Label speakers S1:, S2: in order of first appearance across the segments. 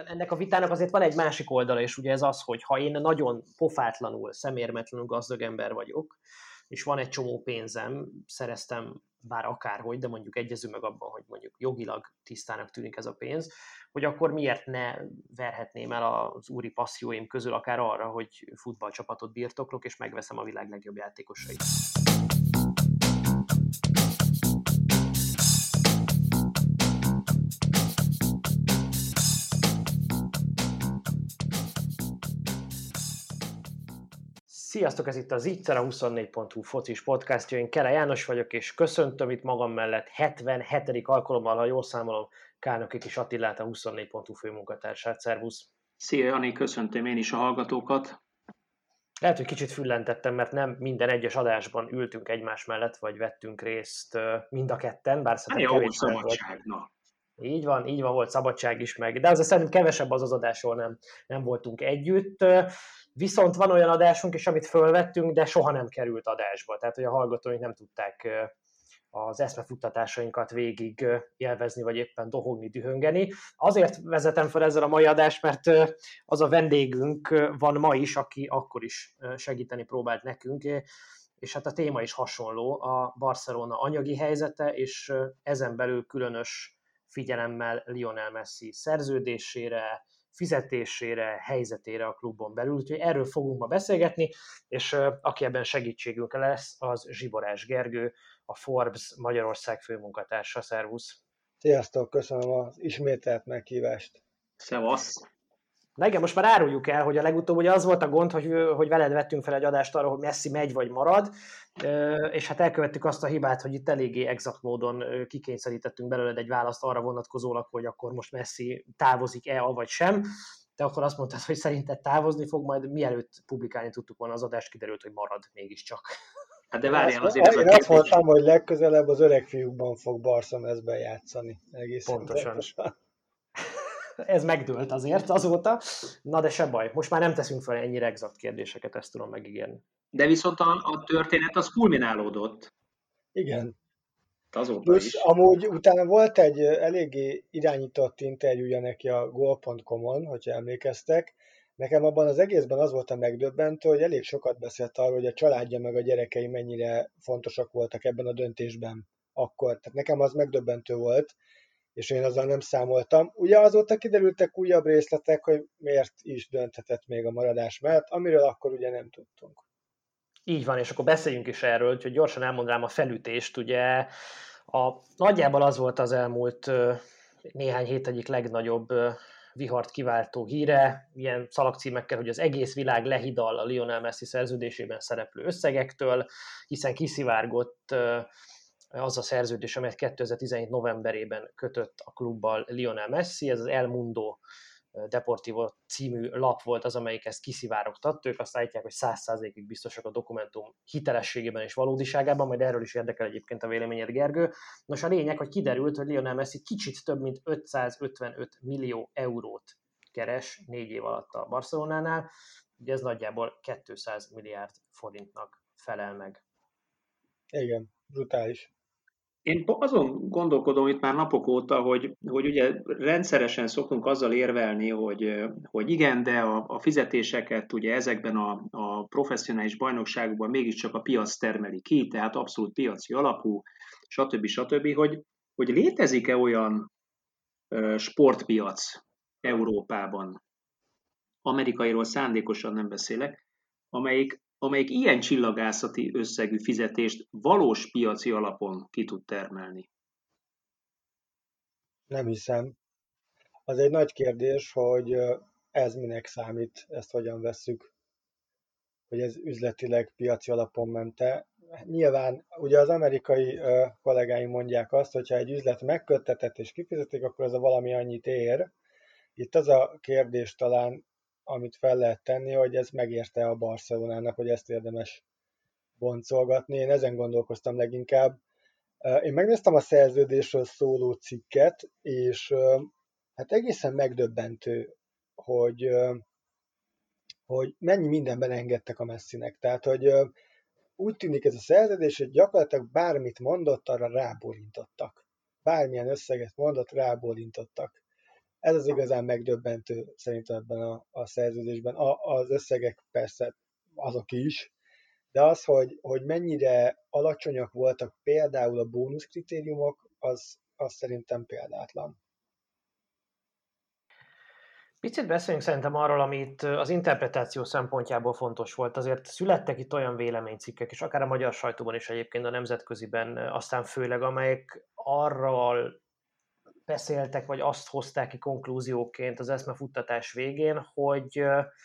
S1: ennek a vitának azért van egy másik oldala, és ugye ez az, hogy ha én nagyon pofátlanul, szemérmetlenül gazdag ember vagyok, és van egy csomó pénzem, szereztem bár akárhogy, de mondjuk egyezünk meg abban, hogy mondjuk jogilag tisztának tűnik ez a pénz, hogy akkor miért ne verhetném el az úri passzióim közül akár arra, hogy futballcsapatot birtoklok, és megveszem a világ legjobb játékosait. Sziasztok, ez itt az Ittszer, a 24.hu focis podcastja, én Kele János vagyok, és köszöntöm itt magam mellett 77. alkalommal, ha jól számolom, Kálnoki Kis Attilát, a 24.hu főmunkatársát. Szervusz!
S2: Szia Jani, köszöntöm én is a hallgatókat.
S1: Lehet, hogy kicsit füllentettem, mert nem minden egyes adásban ültünk egymás mellett, vagy vettünk részt mind a ketten, bár szerintem
S2: kevés szabadság, na.
S1: Így van, volt szabadság is meg, de azért szerintem kevesebb az adásról nem voltunk együtt. Viszont van olyan adásunk is, amit fölvettünk, de soha nem került adásba. Tehát, hogy a hallgatóink nem tudták az eszmefuttatásainkat végig élvezni, vagy éppen dohogni, dühöngeni. Azért vezetem fel ezzel a mai adást, mert az a vendégünk van ma is, aki akkor is segíteni próbált nekünk, és hát a téma is hasonló, a Barcelona anyagi helyzete, és ezen belül különös figyelemmel Lionel Messi szerződésére, fizetésére, helyzetére a klubon belül. Úgyhogy erről fogunk ma beszélgetni, és aki ebben segítségünkre lesz, az Zsiborás Gergő, a Forbes Magyarország főmunkatársa. Szervusz!
S3: Sziasztok, köszönöm az ismételt meghívást.
S2: Szevasz!
S1: Igen, most már áruljuk el, hogy a legutóbb ugye az volt a gond, hogy veled vettünk fel egy adást arra, hogy Messi megy vagy marad, és hát elkövettük azt a hibát, hogy itt eléggé exakt módon kikényszerítettünk belőled egy választ arra vonatkozólag, hogy akkor most Messi távozik-e, vagy sem. Te akkor azt mondtad, hogy szerinted távozni fog, majd mielőtt publikálni tudtuk volna az adást, kiderült, hogy marad mégiscsak.
S2: Hát de várjál azért
S3: Én azt mondtam, hogy legközelebb az öreg fiúkban fog Barca mezben játszani.
S1: Pontosan. Ez megdőlt azért azóta. Na de se baj, most már nem teszünk fel ennyire exakt kérdéseket, ezt tudom megígérni.
S2: De viszont a történet az kulminálódott.
S3: Igen.
S2: Azóta
S3: plusz
S2: is.
S3: Amúgy utána volt egy eléggé irányított interjúja neki a Goal.com-on, hogyha emlékeztek. Nekem abban az egészben az volt a megdöbbentő, hogy elég sokat beszélt arról, hogy a családja meg a gyerekei mennyire fontosak voltak ebben a döntésben akkor. Tehát nekem az megdöbbentő volt, és én azzal nem számoltam. Ugye azóta kiderültek újabb részletek, hogy miért is dönthetett még a maradás mellett, amiről akkor ugye nem tudtunk.
S1: Így van, és akkor beszéljünk is erről, hogy gyorsan elmondanám a felütést. Ugye nagyjából az volt az elmúlt néhány hét egyik legnagyobb vihart kiváltó híre, ilyen szalagcímekkel, hogy az egész világ lehidal a Lionel Messi szerződésében szereplő összegektől, hiszen kiszivárgott az a szerződés, amelyet 2017 novemberében kötött a klubbal Lionel Messi, ez az El Mundo Deportivo című lap volt az, amelyik ezt kiszivárogtatta. Ők azt állítják, hogy 100%-ig biztosak a dokumentum hitelességében és valódiságában, majd erről is érdekel egyébként a véleményed, Gergő. Nos, a lényeg, hogy kiderült, hogy Lionel Messi kicsit több mint 555 millió eurót keres 4 év alatt a Barcelonánál, ugye ez nagyjából 200 milliárd forintnak felel meg.
S3: Igen, brutális.
S2: Én azon gondolkodom itt már napok óta, hogy ugye rendszeresen szoktunk azzal érvelni, hogy igen, de a fizetéseket ugye ezekben a professzionális bajnokságokban mégiscsak a piac termeli ki, tehát abszolút piaci alapú, stb. Hogy létezik-e olyan sportpiac Európában, amerikairól szándékosan nem beszélek, amelyik ilyen csillagászati összegű fizetést valós piaci alapon ki tud termelni?
S3: Nem hiszem. Az egy nagy kérdés, hogy ez minek számít, ezt hogyan vesszük, hogy ez üzletileg piaci alapon mente. Nyilván ugye az amerikai kollégáim mondják azt, hogyha egy üzlet megköttetett és kifizetik, akkor az a valami annyit ér. Itt az a kérdés talán, amit fel lehet tenni, hogy ez megérte a Barcelonának, hogy ezt érdemes boncolgatni. Én ezen gondolkoztam leginkább. Én megnéztem a szerződésről szóló cikket, és hát egészen megdöbbentő, hogy mennyi mindenben engedtek a Messinek. Tehát, hogy úgy tűnik ez a szerződés, hogy gyakorlatilag bármit mondott, arra rábólintottak. Bármilyen összeget mondott, rábólintottak. Ez az igazán megdöbbentő szerintem ebben a szerződésben. Az összegek persze azok is, de az, hogy mennyire alacsonyak voltak például a bónuszkritériumok, az szerintem példátlan.
S1: Picit beszéljünk szerintem arról, amit az interpretáció szempontjából fontos volt. Azért születtek itt olyan véleménycikkek, és akár a magyar sajtóban is egyébként, a nemzetköziben aztán főleg, amelyek arról beszéltek, vagy azt hozták ki konklúzióként az eszmefuttatás végén, hogy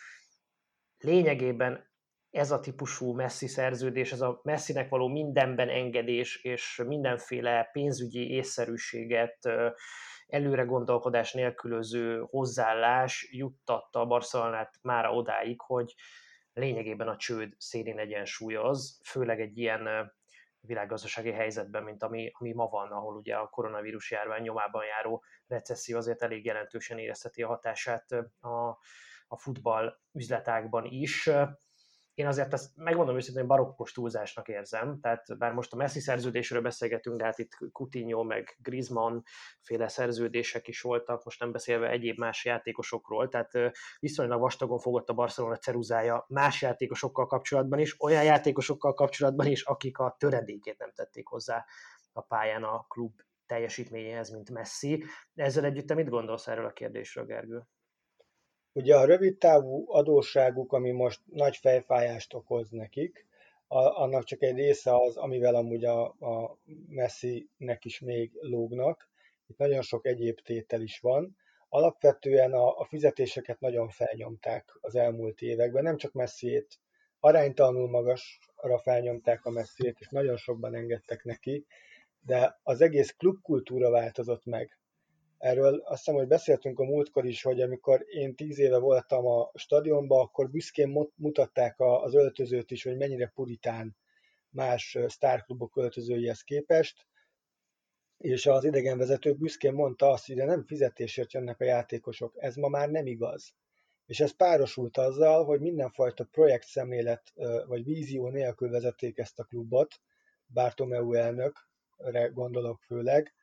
S1: lényegében ez a típusú Messi szerződés, ez a Messinek való mindenben engedés és mindenféle pénzügyi észszerűséget, előre gondolkodás nélkülöző hozzáállás juttatta a Barcelonát mára odáig, hogy lényegében a csőd szélén egyensúlyoz, főleg egy ilyen világgazdasági helyzetben, mint ami ma van, ahol ugye a koronavírus járvány nyomában járó recesszió azért elég jelentősen érezteti a hatását a futball üzletágban is. Én azért ezt megmondom őszintén, barokkos túlzásnak érzem, tehát bár most a Messi szerződésről beszélgetünk, de hát itt Coutinho meg Griezmann féle szerződések is voltak, most nem beszélve egyéb más játékosokról, tehát viszonylag vastagon fogott a Barcelona ceruzája más játékosokkal kapcsolatban is, olyan játékosokkal kapcsolatban is, akik a töredékét nem tették hozzá a pályán a klub teljesítményéhez, mint Messi. Ezzel együtt te mit gondolsz erről a kérdésről, Gergő?
S3: Ugye a rövidtávú adósságuk, ami most nagy fejfájást okoz nekik, annak csak egy része az, amivel amúgy a Messinek is még lógnak. Itt nagyon sok egyéb tétel is van. Alapvetően a fizetéseket nagyon felnyomták az elmúlt években, nem csak Messiét, aránytalanul magasra felnyomták a Messiét, és nagyon sokban engedtek neki, de az egész klubkultúra változott meg. Erről azt hiszem, hogy beszéltünk a múltkor is, hogy amikor én 10 éve voltam a stadionban, akkor büszkén mutatták az öltözőt is, hogy mennyire puritán más sztárklubok öltözőihez képest, és az idegenvezető büszkén mondta azt, hogy nem fizetésért jönnek a játékosok. Ez ma már nem igaz. És ez párosult azzal, hogy mindenfajta projektszemlélet vagy vízió nélkül vezették ezt a klubot, Bartomeu elnökre gondolok főleg,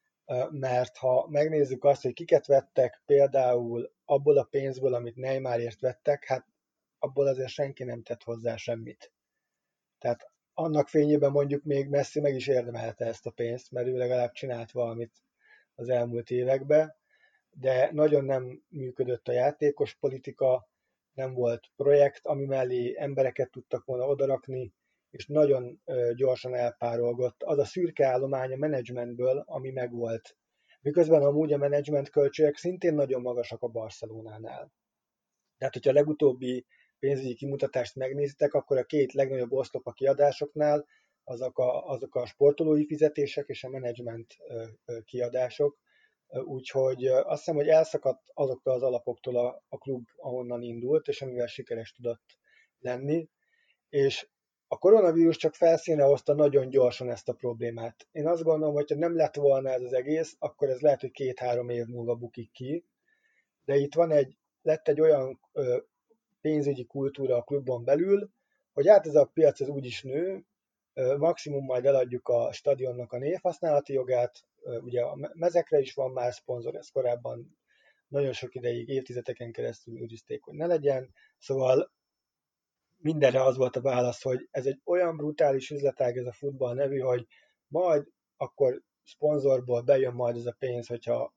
S3: mert ha megnézzük azt, hogy kiket vettek például abból a pénzből, amit Neymarért vettek, hát abból azért senki nem tett hozzá semmit. Tehát annak fényében mondjuk még Messi meg is érdemelte ezt a pénzt, mert ő legalább csinált valamit az elmúlt években, de nagyon nem működött a játékos politika, nem volt projekt, ami mellé embereket tudtak volna odarakni, és nagyon gyorsan elpárolgott az a szürke állomány a menedzsmentből, ami megvolt. Miközben amúgy a menedzsment költségek szintén nagyon magasak a Barcelonánál. Tehát, hogyha a legutóbbi pénzügyi kimutatást megnézitek, akkor a két legnagyobb oszlop a kiadásoknál azok a sportolói fizetések és a menedzsment kiadások. Úgyhogy azt hiszem, hogy elszakadt azoktól az alapoktól a klub, ahonnan indult, és amivel sikeres tudott lenni. És a koronavírus csak felszínre hozta nagyon gyorsan ezt a problémát. Én azt gondolom, hogy ha nem lett volna ez az egész, akkor ez lehet, hogy 2-3 év múlva bukik ki. De itt lett egy olyan pénzügyi kultúra a klubon belül, hogy hát ez a piac ez úgyis nő, maximum majd eladjuk a stadionnak a névhasználati jogát, ugye a mezekre is van már szponzor, ez korábban nagyon sok ideig, évtizedeken keresztül őrizték, hogy ne legyen, szóval mindenre az volt a válasz, hogy ez egy olyan brutális üzletág ez a futball nevű, hogy majd akkor szponzorból bejön majd ez a pénz, hogyha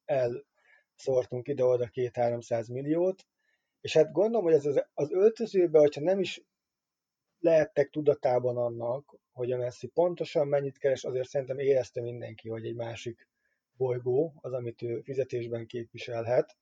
S3: elszórtunk ide-oda 200-300 milliót, és hát gondolom, hogy ez az öltözőben, hogyha nem is lehettek tudatában annak, hogy a Messi pontosan mennyit keres, azért szerintem érezte mindenki, hogy egy másik bolygó az, amit ő fizetésben képviselhet.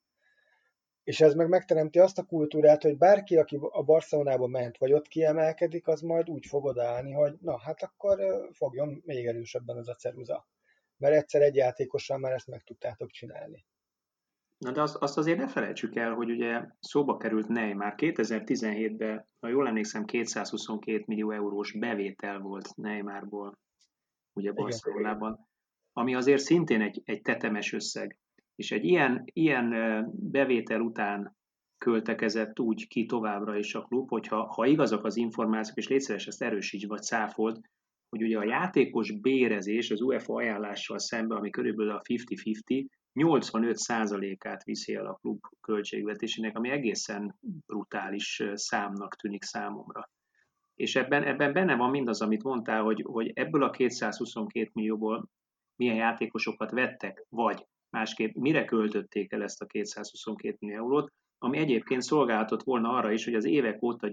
S3: És ez meg megteremti azt a kultúrát, hogy bárki, aki a Barcelonába ment, vagy ott kiemelkedik, az majd úgy fog odaállni, hogy na, hát akkor fogjon még erősebben ez a ceruza. Mert egyszer egy játékossal már ezt meg tudtátok csinálni.
S2: Na de azt azért ne felejtsük el, hogy ugye szóba került Neymar. 2017-ben, ha jól emlékszem, 222 millió eurós bevétel volt Neymarból, ugye Barcelonában, ami azért szintén egy tetemes összeg. És egy ilyen bevétel után költekezett úgy ki továbbra is a klub, hogy ha igazak az információk, és légy szíves, ezt erősíts vagy cáfold, hogy ugye a játékos bérezés az UEFA ajánlással szemben, ami körülbelül a 50-50, 85%-át viszi el a klub költségvetésének, ami egészen brutális számnak tűnik számomra. És ebben benne van mindaz, amit mondtál, hogy ebből a 222 millióból milyen játékosokat vettek, vagy másképp mire költötték el ezt a 222 millió eurót, ami egyébként szolgálhatott volna arra is, hogy az évek óta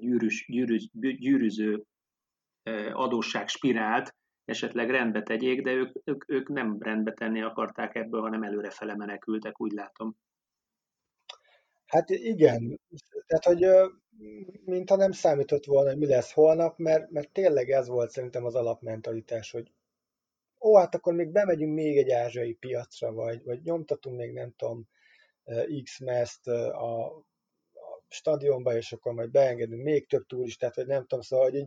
S2: gyűrűző adósság spirált esetleg rendbe tegyék, de ők nem rendbe tenni akarták ebből, hanem előrefele menekültek, úgy látom.
S3: Hát igen, tehát hogy mintha nem számított volna, hogy mi lesz holnap, mert tényleg ez volt szerintem az alapmentalitás, hogy hát akkor még bemegyünk még egy ázsiai piacra, vagy nyomtatunk még nem tudom X mezt a stadionba, és akkor majd beengedünk még több turistát, vagy nem tudom, szóval, hogy így,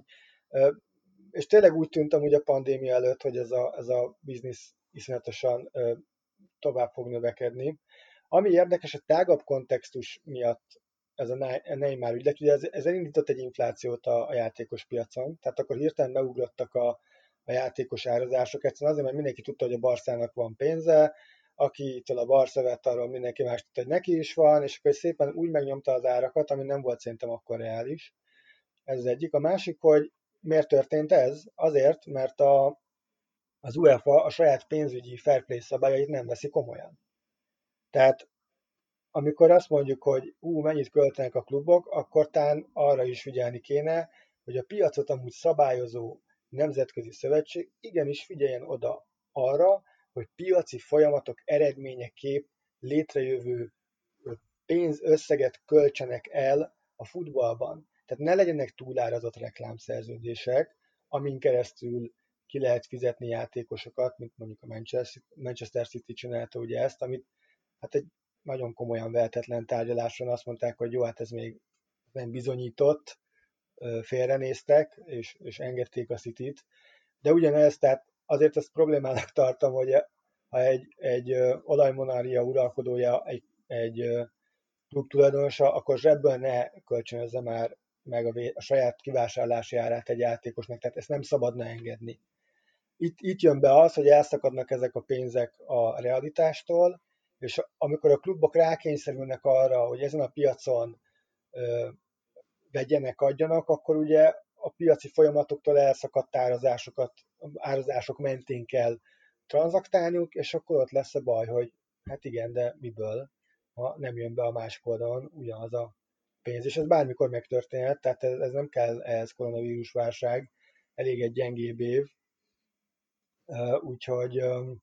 S3: és tényleg úgy tűnt amúgy a pandémia előtt, hogy ez a biznisz iszonyatosan tovább fog növekedni. Ami érdekes, a tágabb kontextus miatt ez a Neymar ügylet, ugye ez elindított egy inflációt a játékos piacon, tehát akkor hirtelen beugrottak a játékos árazások, egyszerűen azért, mert mindenki tudta, hogy a Barszának van pénze, akitől a Barca vett, arról mindenki más tudta, hogy neki is van, és akkor szépen úgy megnyomta az árakat, ami nem volt szerintem akkor reális. Ez az egyik. A másik, hogy miért történt ez? Azért, mert az UEFA a saját pénzügyi fair play szabályait nem veszi komolyan. Tehát amikor azt mondjuk, hogy mennyit költenek a klubok, akkor talán arra is figyelni kéne, hogy a piacot amúgy szabályozó nemzetközi szövetség igenis figyeljen oda arra, hogy piaci folyamatok eredményeképp létrejövő pénzösszeget költsenek el a futballban. Tehát ne legyenek túlárazott reklámszerződések, amin keresztül ki lehet fizetni játékosokat, mint mondjuk a Manchester City csinálta ugye ezt, amit hát egy nagyon komolyan vehetetlen tárgyaláson azt mondták, hogy jó, hát ez még nem bizonyított, félrenéztek, és engedték a Cityt. De ugyanez, tehát azért ezt problémának tartom, hogy ha egy olajmonarchia uralkodója, egy klub tulajdonosa, akkor zsebből ne kölcsönözze már meg a saját kivásárlási árát egy játékosnak, tehát ezt nem szabadna engedni. Itt jön be az, hogy elszakadnak ezek a pénzek a realitástól, és amikor a klubok rákényszerülnek arra, hogy ezen a piacon vegyenek, adjanak, akkor ugye a piaci folyamatoktól elszakadt árazások mentén kell tranzaktálniuk, és akkor ott lesz a baj, hogy hát igen, de miből, ha nem jön be a másik oldalon ugyanaz a pénz. És ez bármikor megtörténhet, tehát ez nem kell ehhez koronavírus válság, elég egy gyengébb év. Úgyhogy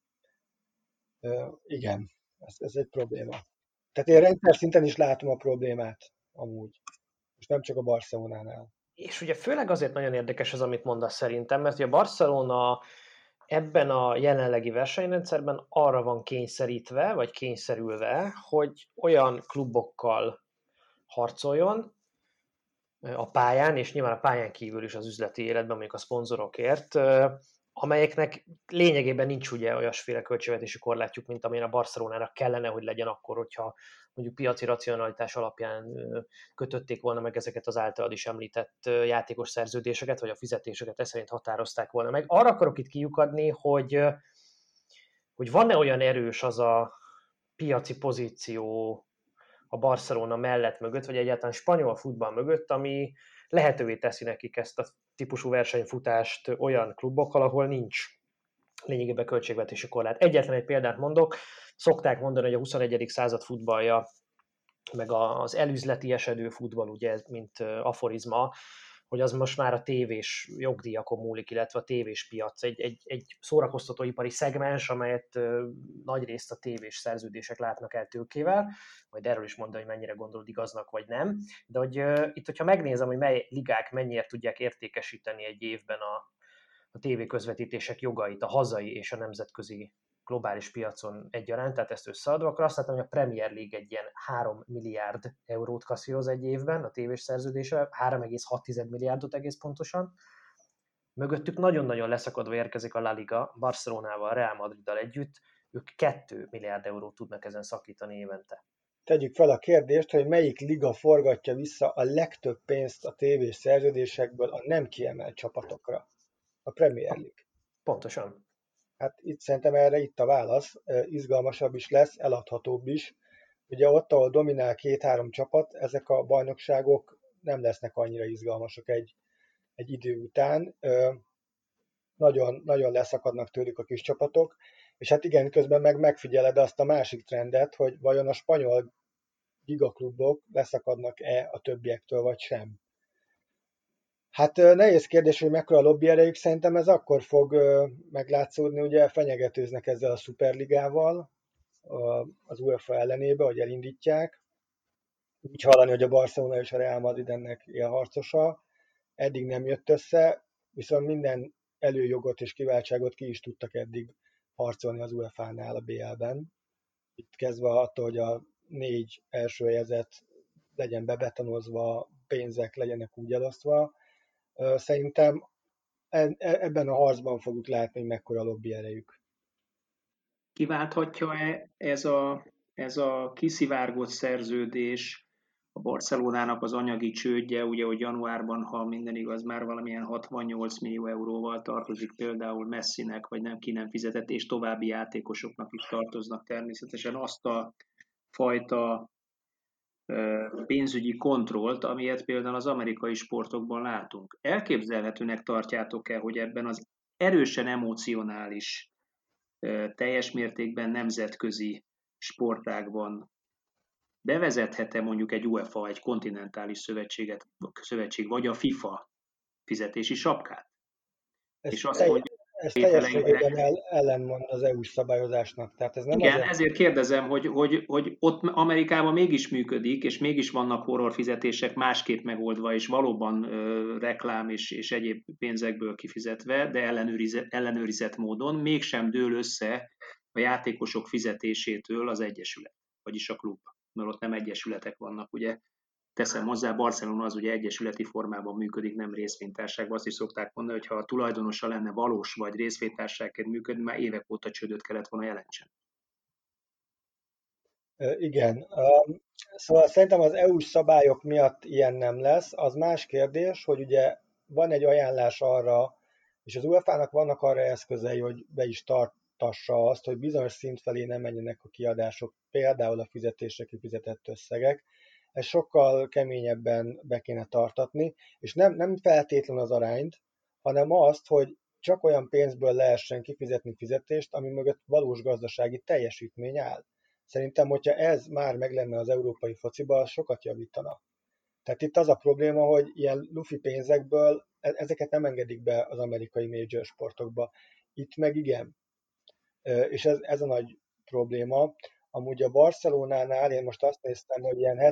S3: igen, ez egy probléma. Tehát én rendszer szinten is látom a problémát amúgy. És nem csak a Barcelonánál.
S1: És ugye főleg azért nagyon érdekes az, amit mondasz szerintem, mert ugye a Barcelona ebben a jelenlegi versenyrendszerben arra van kényszerítve, vagy kényszerülve, hogy olyan klubokkal harcoljon a pályán, és nyilván a pályán kívül is az üzleti életben, mondjuk a szponzorokért, amelyeknek lényegében nincs ugye olyasféle költségvetési korlátjuk, mint amilyen a Barcelonának kellene, hogy legyen akkor, hogyha mondjuk piaci racionalitás alapján kötötték volna meg ezeket az általad is említett játékos szerződéseket, vagy a fizetéseket ezt szerint határozták volna meg. Arra akarok itt kiukadni, hogy van-e olyan erős az a piaci pozíció a Barcelona mellett mögött, vagy egyáltalán spanyol futball mögött, ami lehetővé teszi nekik ezt a típusú versenyfutást olyan klubokkal, ahol nincs lényegében költségvetési korlát. Egyetlen egy példát mondok, szokták mondani, hogy a 21. század futballja, meg az elüzleti esedő futball, ugye, mint aforizma, hogy az most már a tévés jogdíjakon múlik, illetve a tévés piac, egy szórakoztatóipari szegmens, amelyet nagyrészt a tévés szerződések látnak el tőkével, majd erről is mondani, hogy mennyire gondolod igaznak, vagy nem. De hogy itt, hogyha megnézem, hogy mely ligák mennyire tudják értékesíteni egy évben a tévéközvetítések jogait a hazai és a nemzetközi globális piacon egyaránt, tehát ezt összeadva, akkor azt látom, hogy a Premier League egy ilyen 3 milliárd eurót kasszíroz egy évben a tévés szerződésével, 3,6 milliárdot egész pontosan. Mögöttük nagyon-nagyon leszakadva érkezik a La Liga, Barcelonával, Real Madriddal együtt, ők 2 milliárd eurót tudnak ezen szakítani évente.
S3: Tegyük fel a kérdést, hogy melyik liga forgatja vissza a legtöbb pénzt a tévés szerződésekből a nem kiemelt csapatokra. A Premier League.
S1: Pontosan.
S3: Hát itt szerintem erre itt a válasz, izgalmasabb is lesz, eladhatóbb is. Ugye ott, ahol dominál 2-3 csapat, ezek a bajnokságok nem lesznek annyira izgalmasak egy idő után. Nagyon, nagyon leszakadnak tőlük a kis csapatok, és hát igen, közben meg megfigyeled azt a másik trendet, hogy vajon a spanyol gigaklubok leszakadnak-e a többiektől, vagy sem. Hát nehéz kérdés, hogy mekkora a lobby erejük, szerintem ez akkor fog meglátszódni, ugye fenyegetőznek ezzel a szuperligával az UEFA ellenébe, hogy elindítják. Úgy hallani, hogy a Barcelona és a Real Madrid ennek ilyen harcosa. Eddig nem jött össze, viszont minden előjogot és kiváltságot ki is tudtak eddig harcolni az UEFA-nál a BL-ben. Itt kezdve attól, hogy a 4 első helyezett legyen bebetonozva, pénzek legyenek úgy elosztva. Szerintem ebben a harcban fogjuk látni, hogy mekkora lobby erejük.
S2: Kiválthatja-e ez a kiszivárgott szerződés a Barcelonának az anyagi csődje, ugye, hogy januárban, ha minden igaz, már valamilyen 68 millió euróval tartozik például Messinek, vagy nem, ki nem fizetett, és további játékosoknak is tartoznak természetesen azt a fajta pénzügyi kontrollt, amilyet például az amerikai sportokban látunk. Elképzelhetőnek tartjátok-e, hogy ebben az erősen emocionális, teljes mértékben nemzetközi sportágban bevezethet-e mondjuk egy UEFA, egy kontinentális szövetség, vagy a FIFA fizetési sapkát? És azt mondja,
S3: ez teljességében ellenmond az EU-s szabályozásnak. Tehát ez nem
S2: igen, ezért kérdezem, hogy ott Amerikában mégis működik, és mégis vannak horrorfizetések másképp megoldva, és valóban reklám és egyéb pénzekből kifizetve, de ellenőrizett módon mégsem dől össze a játékosok fizetésétől az egyesület, vagyis a klub, mert ott nem egyesületek vannak, ugye. Teszem hozzá, Barcelona az ugye egyesületi formában működik, nem részvénytárságban. Azt is szokták mondani, hogy ha a tulajdonosa lenne valós vagy részvénytárságként működni, már évek óta csődöt kellett volna jelentsen.
S3: Igen. Szóval szerintem az EU-s szabályok miatt ilyen nem lesz. Az más kérdés, hogy ugye van egy ajánlás arra, és az UEFA-nak vannak arra eszközei, hogy be is tartassa azt, hogy bizonyos szint felé nem menjenek a kiadások, például a fizetésre kifizetett összegek. Ez sokkal keményebben be kéne tartatni, és nem feltétlenül az arányt, hanem azt, hogy csak olyan pénzből lehessen kifizetni fizetést, ami mögött valós gazdasági teljesítmény áll. Szerintem, hogyha ez már meg lenne az európai fociban, sokat javítana. Tehát itt az a probléma, hogy ilyen lufi pénzekből ezeket nem engedik be az amerikai major sportokba. Itt meg igen. És ez a nagy probléma. Amúgy a Barcelonánál én most azt néztem, hogy ilyen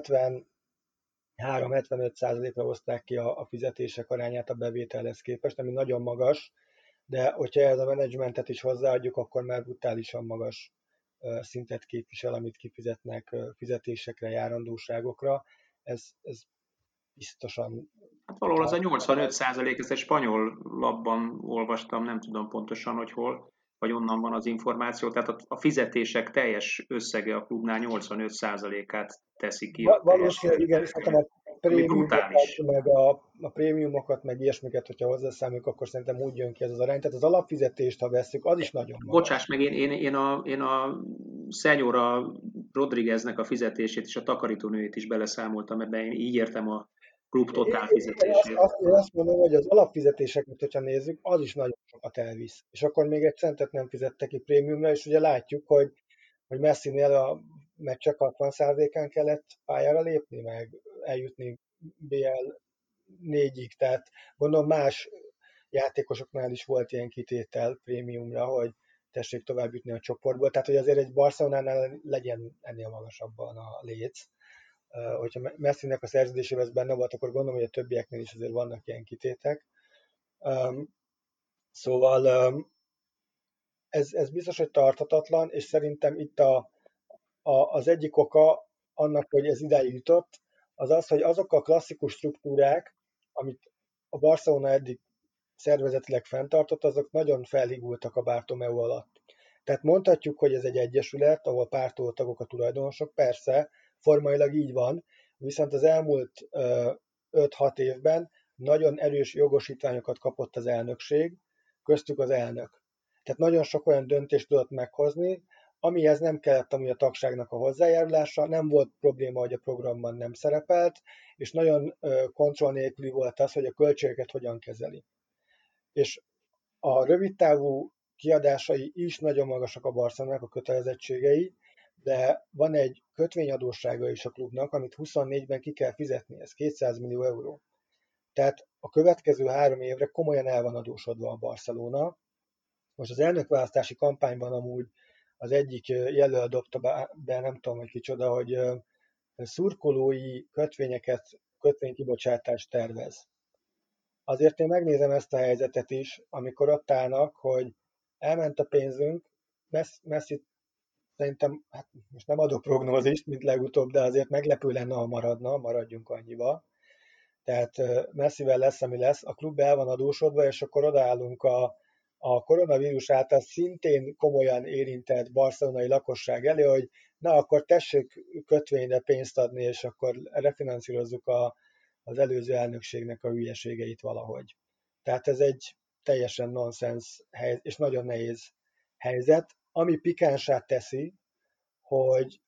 S3: 73-75%-ra hozták ki a fizetések arányát a bevételhez képest, ami nagyon magas, de hogyha ez a menedzsmentet is hozzáadjuk, akkor már brutálisan magas szintet képvisel, amit kifizetnek fizetésekre, járandóságokra. Ez biztosan...
S2: Hát valahol az a 85%, ezt egy spanyol labban olvastam, nem tudom pontosan, hogy hol, vagy onnan van az információ, tehát a fizetések teljes összege a klubnál 85%-át teszi ki.
S3: Valószínűleg igen, szerintem a prémiumokat, meg ilyesmiket, hogyha hozzászámoljuk, akkor szerintem úgy jön ki ez az arány. Tehát az alapfizetést, ha vesszük, az is nagyon magas.
S2: Bocsáss meg, én a Senyora Rodrigueznek a fizetését és a takarítónőjét is beleszámoltam, ebben én így értem a klub totál fizetését.
S3: Én azt mondom, hogy az alapfizetéseket, hogyha nézzük, az is nagyon sokat elvisz. És akkor még egy centet nem fizettek ki prémiumra, és ugye látjuk, hogy Messinél a meccsek 60%-án kellett pályára lépni, meg eljutni BL 4-ig, tehát gondolom más játékosoknál is volt ilyen kitétel prémiumra, hogy tessék tovább jutni a csoportból, tehát hogy azért egy Barcelonánál legyen ennél magasabban a léc. Hogyha Messinek a szerződésében ez benne volt, akkor gondolom, hogy a többieknél is azért vannak ilyen kitétek. Szóval ez biztos, hogy tarthatatlan, és szerintem itt az egyik oka annak, hogy ez idáig jutott, az az, hogy azok a klasszikus struktúrák, amit a Barcelona eddig szervezetileg fenntartott, azok nagyon felhigultak a Bartomeu alatt. Tehát mondhatjuk, hogy ez egy egyesület, ahol pártoló tagok a tulajdonosok, persze, formailag így van, viszont az elmúlt 5-6 évben nagyon erős jogosítványokat kapott az elnökség, köztük az elnök. Tehát nagyon sok olyan döntést tudott meghozni, amihez nem kellett amúgy a tagságnak a hozzájárulása, nem volt probléma, hogy a programban nem szerepelt, és nagyon kontroll nélküli volt az, hogy a költségeket hogyan kezeli. És a rövidtávú kiadásai is nagyon magasak a Barcelonának, a kötelezettségei, de van egy kötvényadóssága is a klubnak, amit 24-ben ki kell fizetni, ez 200 millió euró. Tehát a következő 3 évre komolyan el van adósodva a Barcelona. Most az elnökválasztási kampányban amúgy az egyik jelölt dobta be, nem tudom, hogy kicsoda, hogy szurkolói kötvénykibocsátást tervez. Azért én megnézem ezt a helyzetet is, amikor ott állnak, hogy elment a pénzünk, Messi szerintem, hát most nem adok prognózist, mint legutóbb, de azért meglepő lenne, ha maradjunk annyiba. Tehát Messivel lesz, ami lesz, a klub el van adósodva, és akkor odaállunk a koronavírus által szintén komolyan érintett barcelonai lakosság elé, hogy na akkor tessék kötvényre pénzt adni, és akkor refinanszírozzuk az előző elnökségnek a hülyeségeit valahogy. Tehát ez egy teljesen nonsens és nagyon nehéz helyzet, ami pikánsát teszi, hogy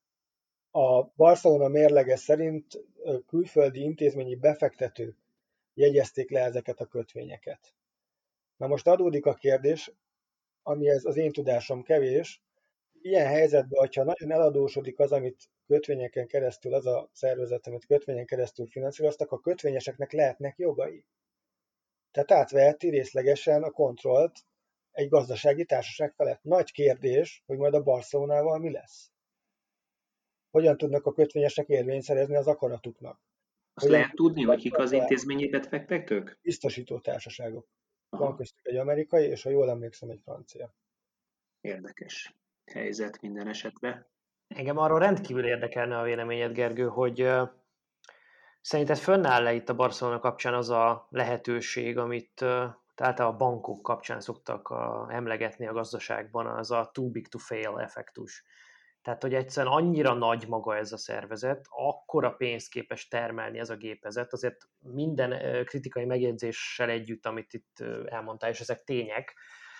S3: a Barcelona mérlege szerint külföldi intézményi befektetők jegyezték le ezeket a kötvényeket. Na most adódik a kérdés, amihez az én tudásom kevés, ilyen helyzetben, hogyha nagyon eladósodik az, amit kötvényeken keresztül, az a szervezet, amit kötvényen keresztül finanszíroztak, a kötvényeseknek lehetnek jogai. Tehát átveheti részlegesen a kontrollt egy gazdasági társaság felett. Nagy kérdés, hogy majd a Barcelonával mi lesz. Hogyan tudnak a kötvényesek érvényt szerezni az akaratuknak?
S2: Azt lehet tudni, hogy kik az intézményi befektetők?
S3: Biztosító társaságok.
S2: Aha.
S3: Van köztük egy amerikai, és ha jól emlékszem, egy francia.
S2: Érdekes helyzet minden esetre.
S1: Engem arról rendkívül érdekelne a véleményed, Gergő, hogy szerinted fönnáll-e itt a Barcelona kapcsán az a lehetőség, amit általában a bankok kapcsán szoktak emlegetni a gazdaságban, az a too big to fail effektus. Tehát, hogy egyszerűen annyira nagy maga ez a szervezet, akkora pénzt képes termelni ez a gépezet, azért minden kritikai megjegyzéssel együtt, amit itt elmondtál, és ezek tények,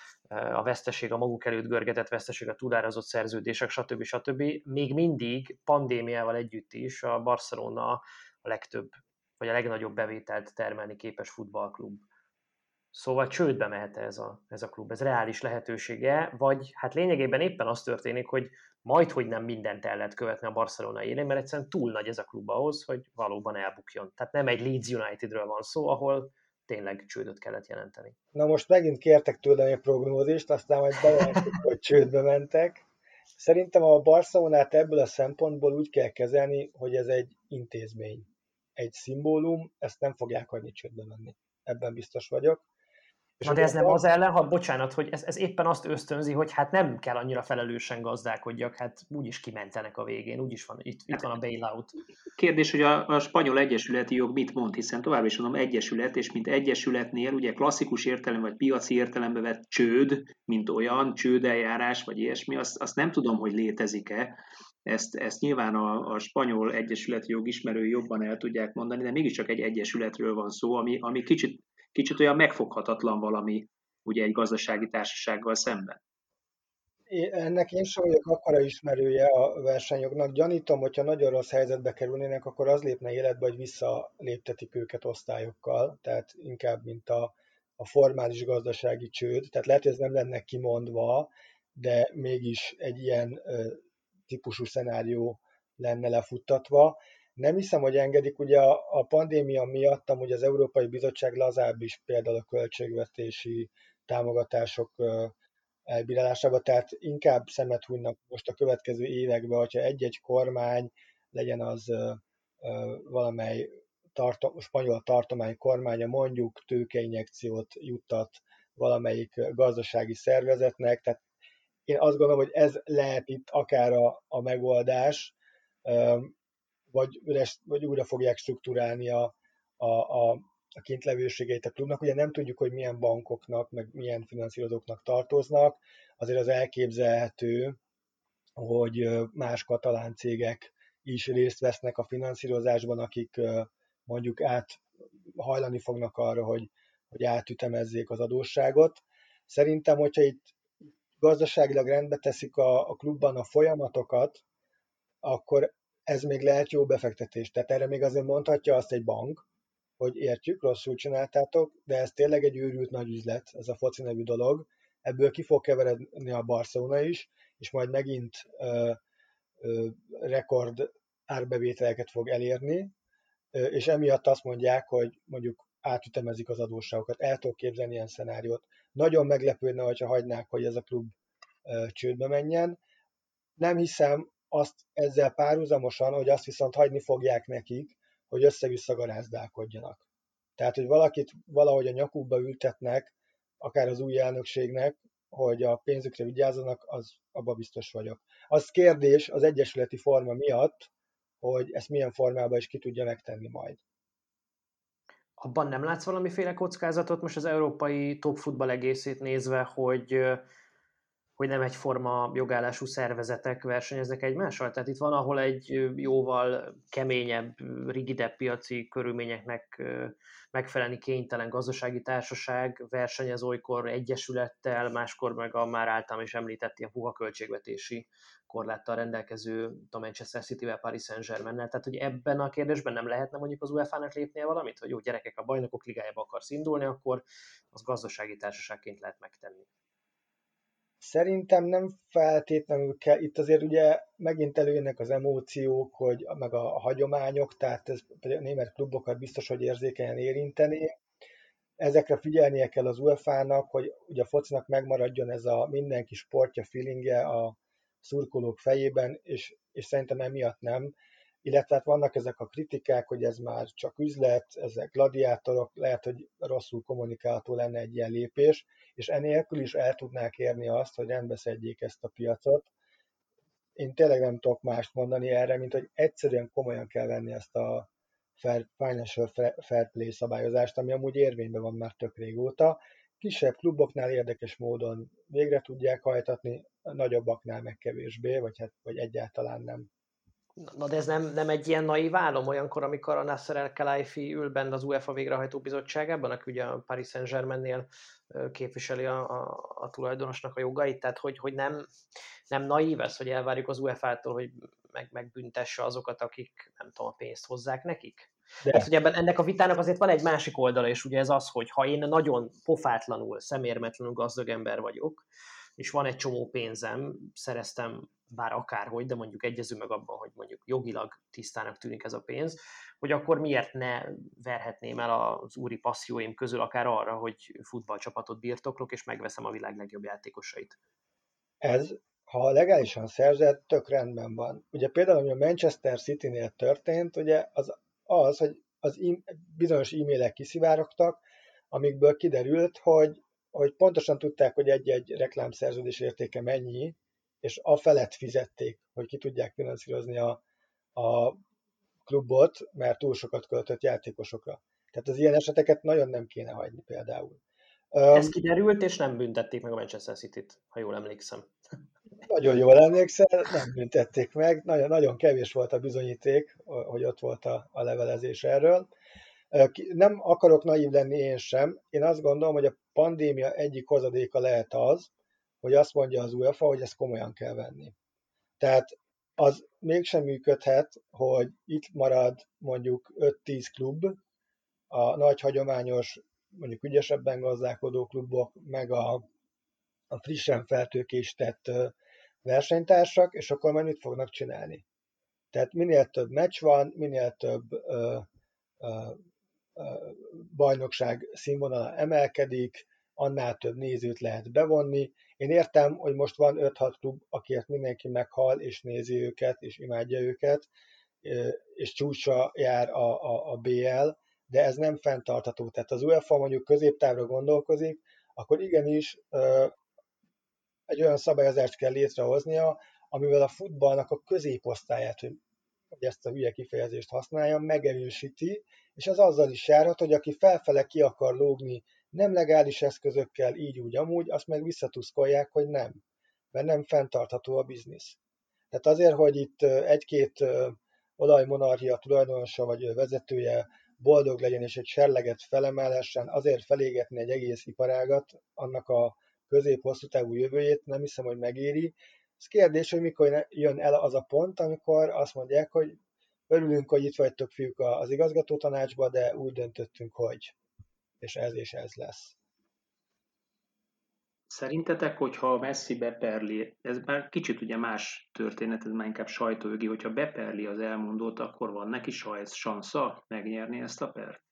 S1: a veszteség, a maguk előtt görgetett veszteség, a túlárazott szerződések, stb. Még mindig pandémiával együtt is a Barcelona a legtöbb, vagy a legnagyobb bevételt termelni képes futballklub. Szóval csődbe mehet ez a klub, ez reális lehetősége, vagy hát lényegében éppen az történik, hogy majdhogy nem mindent el lehet követni a Barcelona élén, mert egyszerűen túl nagy ez a klub ahhoz, hogy valóban elbukjon. Tehát nem egy Leeds Unitedről van szó, ahol tényleg csődöt kellett jelenteni.
S3: Na most megint kértek tőlem egy prognózist, aztán majd bejelentük, hogy csődbe mentek. Szerintem a Barcelonát ebből a szempontból úgy kell kezelni, hogy ez egy intézmény, egy szimbólum, ezt nem fogják hagyni csődbe menni. Ebben biztos vagyok.
S1: És na de ez nem az ellen, bocsánat, hogy ez éppen azt ösztönzi, hogy hát nem kell annyira felelősen gazdálkodjak, hát úgyis kimentenek a végén, úgyis van, itt van a bailout.
S2: Kérdés, hogy a spanyol egyesületi jog mit mond, hiszen tovább is mondom egyesület, és mint egyesületnél ugye klasszikus értelem vagy piaci értelembe vett csőd, mint olyan csődeljárás vagy ilyesmi, azt nem tudom, hogy létezik-e. Ezt nyilván a spanyol egyesületi jog ismerői jobban el tudják mondani, de mégiscsak egy egyesületről van szó, ami kicsit olyan megfoghatatlan valami ugye egy gazdasági társasággal szemben.
S3: Ennek én sem vagyok akkora ismerője a versenyjognak. Gyanítom, hogyha nagyon rossz helyzetbe kerülnének, akkor az lépne életbe, hogy visszaléptetik őket osztályokkal, tehát inkább, mint a formális gazdasági csőd. Tehát lehet, hogy ez nem lenne kimondva, de mégis egy ilyen típusú szenárió lenne lefuttatva. Nem hiszem, hogy engedik, ugye a pandémia miatt amúgy az Európai Bizottság lazább is például a költségvetési támogatások elbírálásába, tehát inkább szemet hunynak most a következő években, hogyha egy-egy kormány, legyen az valamely spanyol tartomány kormánya, mondjuk tőkeinjekciót juttat valamelyik gazdasági szervezetnek, tehát én azt gondolom, hogy ez lehet itt akár a megoldás, vagy újra fogják struktúrálni a kintlevőségeit a klubnak. Ugye nem tudjuk, hogy milyen bankoknak, meg milyen finanszírozóknak tartoznak. Azért az elképzelhető, hogy más katalán cégek is részt vesznek a finanszírozásban, akik mondjuk hajlani fognak arra, hogy átütemezzék az adósságot. Szerintem, hogyha itt gazdaságilag rendbe teszik a klubban a folyamatokat, akkor ez még lehet jó befektetés. Tehát erre még azért mondhatja azt egy bank, hogy értjük, rosszul csináltátok, de ez tényleg egy őrült nagy üzlet, ez a foci nevű dolog. Ebből ki fog keveredni a Barcelona is, és majd megint rekord árbevételeket fog elérni, és emiatt azt mondják, hogy mondjuk átütemezik az adósságokat. El tudok képzelni ilyen szenáriót. Nagyon meglepődne, hogyha hagynák, hogy ez a klub csődbe menjen. Nem hiszem azt ezzel párhuzamosan, hogy azt viszont hagyni fogják nekik, hogy össze-vissza garázdálkodjanak. Tehát, hogy valakit valahogy a nyakukba ültetnek, akár az új elnökségnek, hogy a pénzükre vigyázzanak, az abba biztos vagyok. Az kérdés az egyesületi forma miatt, hogy ezt milyen formában is ki tudja megtenni majd.
S1: Abban nem látsz valamiféle kockázatot most az európai top futball egészét nézve, hogy nem egyforma jogállású szervezetek versenyeznek egymással? Tehát itt van, ahol egy jóval keményebb, rigidebb piaci körülményeknek megfelelni kénytelen gazdasági társaság versenyez olykor egyesülettel, máskor meg a már általam is említett ilyen puha költségvetési korláttal rendelkező a Manchester City-vel, Paris Saint-Germain-nel. Tehát, hogy ebben a kérdésben nem lehetne mondjuk az UEFA-nak lépnie valamit, hogy jó, gyerekek, a bajnokok ligájába akarsz indulni, akkor az gazdasági társaságként lehet megtenni.
S3: Szerintem nem feltétlenül kell, itt azért ugye megint előjönnek az emóciók, hogy meg a hagyományok, tehát ez a német klubokat biztos, hogy érzékenyen érinteni. Ezekre figyelnie kell az UEFA-nak, hogy ugye a focinak megmaradjon ez a mindenki sportja feelingje a szurkolók fejében, és szerintem emiatt nem. Illetve hát vannak ezek a kritikák, hogy ez már csak üzlet, ezek gladiátorok, lehet, hogy rosszul kommunikálható lenne egy ilyen lépés, és enélkül is el tudnák érni azt, hogy rendbeszedjék ezt a piacot. Én tényleg nem tudok mást mondani erre, mint hogy egyszerűen komolyan kell venni ezt a financial fair play szabályozást, ami amúgy érvényben van már tök régóta. Kisebb kluboknál érdekes módon végre tudják hajtatni, nagyobbaknál meg kevésbé, vagy egyáltalán nem.
S1: Na de ez nem egy ilyen naív álom olyankor, amikor a Nasser El-Khelaifi ül benne az UEFA végrehajtó bizottságában, aki ugye a Paris Saint-Germainnél képviseli a tulajdonosnak a jogait, tehát hogy nem naív ez, hogy elvárjuk az UEFA-tól, hogy megbüntesse azokat, akik nem tudom, a pénzt hozzák nekik? Hát, hogy ennek a vitának azért van egy másik oldala, és ugye ez az, hogy ha én nagyon pofátlanul, szemérmetlenül gazdag ember vagyok, és van egy csomó pénzem, szereztem bár akárhogy, de mondjuk egyezünk meg abban, hogy mondjuk jogilag tisztának tűnik ez a pénz, hogy akkor miért ne verhetném el az úri passzióim közül akár arra, hogy futballcsapatot birtoklok, és megveszem a világ legjobb játékosait.
S3: Ez, ha legálisan szerzett, tök rendben van. Ugye például, ami a Manchester City-nél történt, ugye az hogy bizonyos e-mailek kiszivárogtak, amikből kiderült, hogy pontosan tudták, hogy egy-egy reklámszerződés értéke mennyi, és a felett fizették, hogy ki tudják finanszírozni a klubot, mert túl sokat költött játékosokra. Tehát az ilyen eseteket nagyon nem kéne hagyni például.
S1: Ez kiderült, és nem büntették meg a Manchester City-t, ha jól emlékszem.
S3: Nagyon jól emlékszel, nem büntették meg, nagyon, nagyon kevés volt a bizonyíték, hogy ott volt a levelezés erről. Nem akarok naív lenni én sem. Én azt gondolom, hogy a pandémia egyik hozadéka lehet az, hogy azt mondja az UEFA, hogy ezt komolyan kell venni. Tehát az mégsem működhet, hogy itt marad mondjuk 5-10 klub, a nagy hagyományos, mondjuk ügyesebben gazdálkodó klubok, meg a frissen feltőkésített versenytársak, és akkor majd mit fognak csinálni. Tehát minél több meccs van, minél több bajnokság színvonala emelkedik, annál több nézőt lehet bevonni. Én értem, hogy most van 5-6 klub, akiért mindenki meghal, és nézi őket, és imádja őket, és csúcsra jár a BL, de ez nem fenntartható. Tehát az UEFA mondjuk középtávra gondolkozik, akkor igenis egy olyan szabályozást kell létrehoznia, amivel a futballnak a középosztályát, hogy ezt a hülye kifejezést használjam, megerősíti, és az azzal is járhat, hogy aki felfele ki akar lógni nem legális eszközökkel, így úgy amúgy, azt meg visszatuszkolják, hogy nem, mert nem fenntartható a biznisz. Tehát azért, hogy itt egy-két olajmonarchia tulajdonosa vagy vezetője boldog legyen és egy serleget felemelhessen, azért felégetni egy egész iparágat, annak a közép-hosszú távú jövőjét nem hiszem, hogy megéri. Ez kérdés, hogy mikor jön el az a pont, amikor azt mondják, hogy örülünk, hogy itt vagytok fiúk az igazgató tanácsba, de úgy döntöttünk, hogy és ez lesz.
S2: Szerintetek, hogyha Messi beperli, ez már kicsit ugye más történet, ez már inkább sajtójogi, hogyha beperli az elmondót, akkor van neki sansza megnyerni ezt a pert?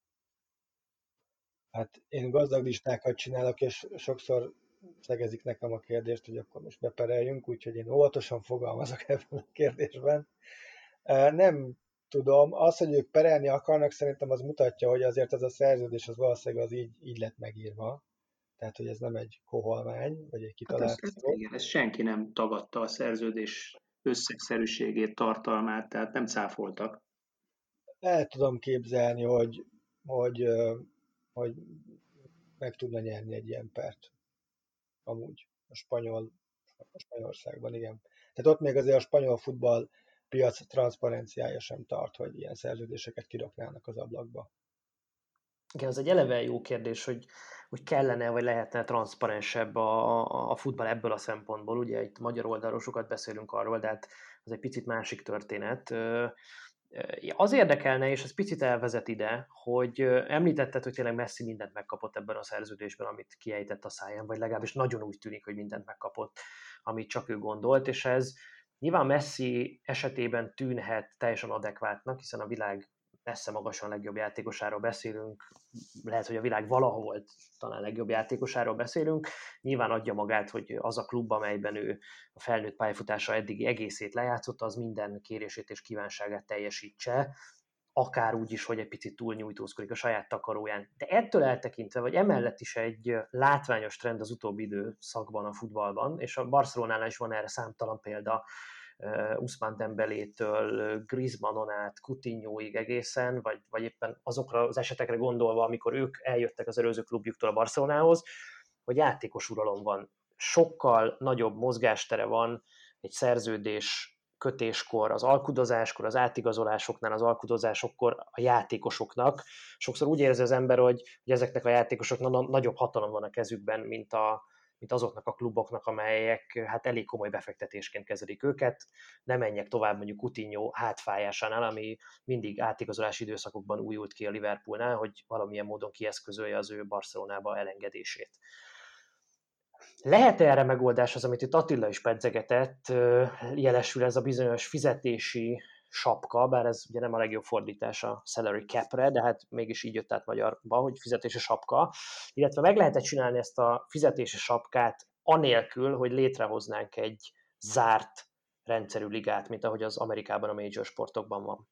S3: Hát én gazdag listákat csinálok, és sokszor szegezik nekem a kérdést, hogy akkor most bepereljünk, úgyhogy én óvatosan fogalmazok ebben a kérdésben. Nem tudom, az, hogy ők perelni akarnak, szerintem az mutatja, hogy azért ez a szerződés az valószínűleg az így lett megírva. Tehát, hogy ez nem egy koholmány, vagy egy kitalált szó.
S2: Igen, ezt senki nem tagadta a szerződés összegszerűségét, tartalmát, tehát nem cáfoltak.
S3: El tudom képzelni, hogy, hogy meg tudna nyerni egy ilyen pert. Amúgy a Spanyolországban, igen. Tehát ott még azért a spanyol futball piac transzparenciája sem tart, hogy ilyen szerződéseket kiraknának az ablakba.
S1: Igen, ez egy eleve jó kérdés, hogy kellene vagy lehetne transzparensebb a futball ebből a szempontból. Ugye itt magyar oldalról sokat beszélünk arról, de hát ez egy picit másik történet. Az érdekelne, és ez picit elvezet ide, hogy említetted, hogy tényleg Messi mindent megkapott ebben a szerződésben, amit kiejtett a száján, vagy legalábbis nagyon úgy tűnik, hogy mindent megkapott, amit csak ő gondolt, és ez nyilván Messi esetében tűnhet teljesen adekvátnak, hiszen a világ messze magasan legjobb játékosáról beszélünk, lehet, hogy a világ valahol talán legjobb játékosáról beszélünk, nyilván adja magát, hogy az a klub, amelyben ő a felnőtt pályafutása eddigi egészét lejátszotta, az minden kérését és kívánságát teljesítse, akár úgy is, hogy egy picit túlnyújtózkodik a saját takaróján. De ettől eltekintve, vagy emellett is egy látványos trend az utóbbi időszakban a futballban, és a Barcelonánál is van erre számtalan példa, Ousmane Dembelétől Griezmannon át Coutinhoig egészen, vagy éppen azokra az esetekre gondolva, amikor ők eljöttek az előző klubjuktól a Barcelonához, hogy játékos uralom van. Sokkal nagyobb mozgástere van egy szerződés kötéskor, az alkudozáskor, az átigazolásoknál, az alkudozásokkor a játékosoknak. Sokszor úgy érzi az ember, hogy ezeknek a játékosoknak nagyobb hatalom van a kezükben, mint azoknak a kluboknak, amelyek hát elég komoly befektetésként kezelik őket. Ne menjek tovább mondjuk Coutinho hátfájásánál, ami mindig átigazolási időszakokban újult ki a Liverpoolnál, hogy valamilyen módon kieszközölje az ő Barcelonába elengedését. Lehet erre megoldás az, amit itt Attila is pedzegetett, jelesül ez a bizonyos fizetési sapka, bár ez ugye nem a legjobb fordítás a salary capre, de hát mégis így jött át magyarba, hogy fizetési sapka, illetve meg lehetett csinálni ezt a fizetési sapkát anélkül, hogy létrehoznánk egy zárt rendszerű ligát, mint ahogy az Amerikában a major sportokban van.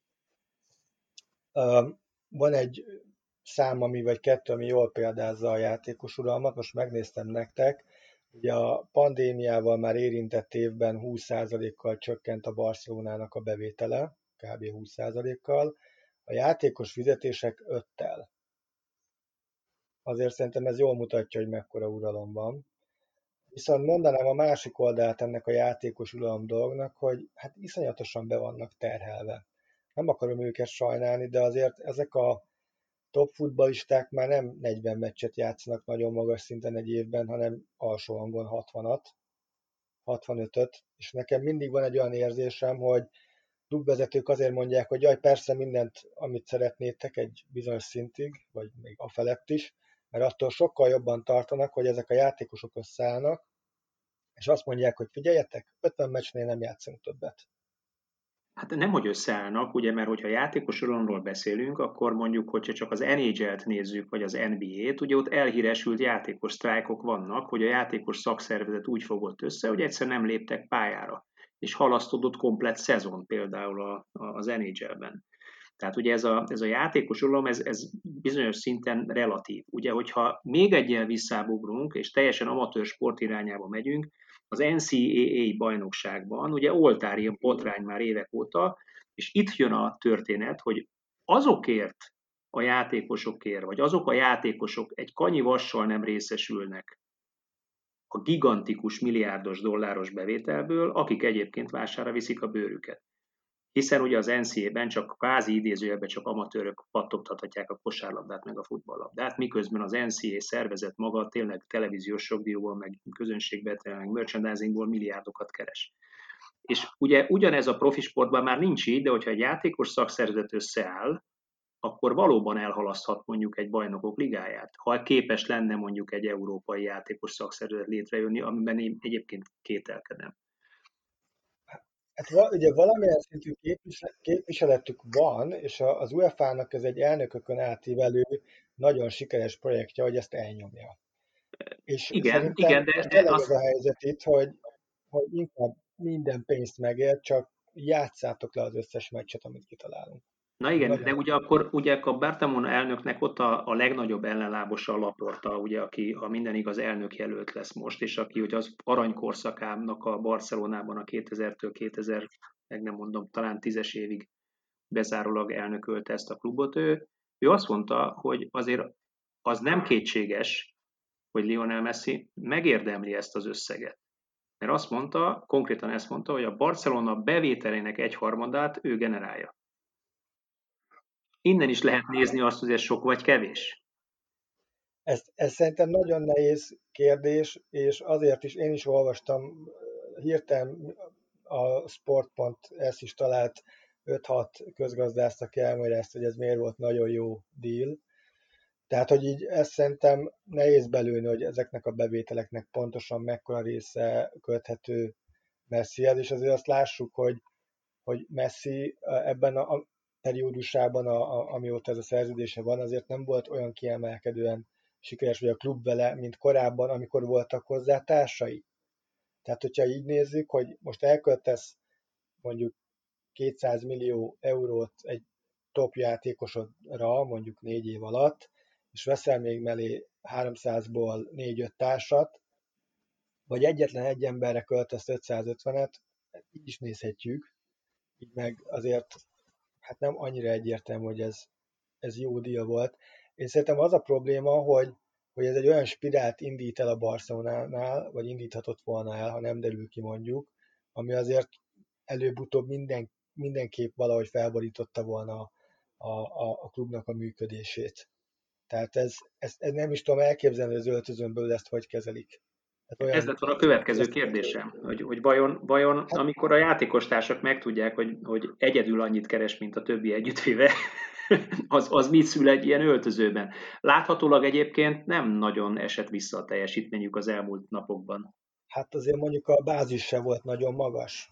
S3: Van egy szám, vagy kettő, ami jól példázza a játékos uralmat, most megnéztem nektek, ugye a pandémiával már érintett évben 20%-kal csökkent a Barcelonának a bevétele, kb. 20%-kal, a játékos fizetések 5-tel. Azért szerintem ez jól mutatja, hogy mekkora uralom van. Viszont mondanám a másik oldalt ennek a játékos uralom dolgnak, hogy hát iszonyatosan be vannak terhelve. Nem akarom őket sajnálni, de azért ezek a top futballisták már nem 40 meccset játszanak nagyon magas szinten egy évben, hanem alsó hangon 60-at, 65-öt, és nekem mindig van egy olyan érzésem, hogy klubvezetők azért mondják, hogy jaj, persze mindent, amit szeretnétek egy bizonyos szintig, vagy még afelett is, mert attól sokkal jobban tartanak, hogy ezek a játékosok összeállnak, és azt mondják, hogy figyeljetek, 50 meccsnél nem játszunk többet.
S2: Hát nem, hogy összeállnak, ugye, mert hogyha játékos uralomról beszélünk, akkor mondjuk, hogyha csak az NHL-t nézzük, vagy az NBA-t, ugye ott elhíresült játékos sztrájkok vannak, hogy a játékos szakszervezet úgy fogott össze, hogy egyszer nem léptek pályára, és halasztódott komplett szezon például az NHL-ben. Tehát ugye ez a játékos uralom, ez bizonyos szinten relatív. Ugye, hogyha még egy ilyen visszábugrunk, és teljesen amatőr sport irányába megyünk, az NCAA bajnokságban, ugye oltári a botrány már évek óta, és itt jön a történet, hogy azokért a játékosokért, vagy azok a játékosok egy kanyi vassal nem részesülnek a gigantikus milliárdos dolláros bevételből, akik egyébként vására viszik a bőrüket. hiszen ugye az NCAA-ben csak kvázi idézőjelben csak amatőrök pattogtathatják a kosárlabdát meg a futballlabdát, miközben az NCAA szervezet maga tényleg televíziós jogdíjból, meg közönségbetétel, meg merchandisingból milliárdokat keres. És ugye ugyanez a profi sportban már nincs így, de hogyha egy játékos szakszervezet összeáll, akkor valóban elhalaszthat mondjuk egy bajnokok ligáját, ha képes lenne mondjuk egy európai játékos szakszervezet létrejönni, amiben én egyébként kételkedem.
S3: Hát ugye valamilyen szintű képviseletük van, és az UEFA-nak ez egy elnökökön átívelő, nagyon sikeres projektje, hogy ezt elnyomja. És
S2: Igen,
S3: szerintem
S2: de
S3: most tényleg
S2: az...
S3: ez a helyzet itt, hogy inkább minden pénzt megér, csak játszátok le az összes meccset, amit kitalálunk.
S2: Na igen, de
S3: Nagyon.
S2: ugye a Bertamon elnöknek ott a legnagyobb ellenlábosa a Laporta, ugye, aki, ha minden igaz, elnök jelölt lesz most, és aki ugye az aranykorszakának a Barcelonában a 2000-től 2000, meg nem mondom, talán 10-es évig bezárólag elnökölte ezt a klubot. Ő azt mondta, hogy azért az nem kétséges, hogy Lionel Messi megérdemli ezt az összeget. Mert azt mondta, konkrétan ezt mondta, hogy a Barcelona bevételének egyharmadát ő generálja. Innen is lehet nézni azt, hogy ez sok vagy kevés.
S3: Ez szerintem nagyon nehéz kérdés, és azért is én is olvastam, hirtelen a sport.es is talált 5-6 közgazdász, aki elmagyarázta, hogy ez miért volt nagyon jó deal. Tehát, hogy így ezt szerintem nehéz belőni, hogy ezeknek a bevételeknek pontosan mekkora része köthető Messihez, és azért azt lássuk, hogy Messi ebben a periódusában, amióta ez a szerződése van, azért nem volt olyan kiemelkedően sikeres, vagy a klub vele, mint korábban, amikor voltak hozzá társai. Tehát, hogyha így nézzük, hogy most elköltesz mondjuk 200 millió eurót egy top játékosodra, mondjuk 4 év alatt, és veszel még mellé 300-ból 4-5 társat, vagy egyetlen egy emberre költesz 550-et, így is nézhetjük, így meg azért hát nem annyira egyértelmű, hogy ez jó díja volt. Én szerintem az a probléma, hogy ez egy olyan spirált indít el a Barcelonánál, vagy indíthatott volna el, ha nem derül ki mondjuk, ami azért előbb-utóbb mindenképp valahogy felborította volna a klubnak a működését. Tehát ez nem is tudom elképzelni, hogy az öltözön belül ezt hogy kezelik. Hát
S2: Ez lett volna a következő kérdésem, hogy vajon amikor a játékostársak megtudják, hogy egyedül annyit keres, mint a többi együttvéve, az mit szül egy ilyen öltözőben? Láthatólag egyébként nem nagyon esett vissza a teljesítményük az elmúlt napokban.
S3: Hát azért mondjuk a bázis se volt nagyon magas,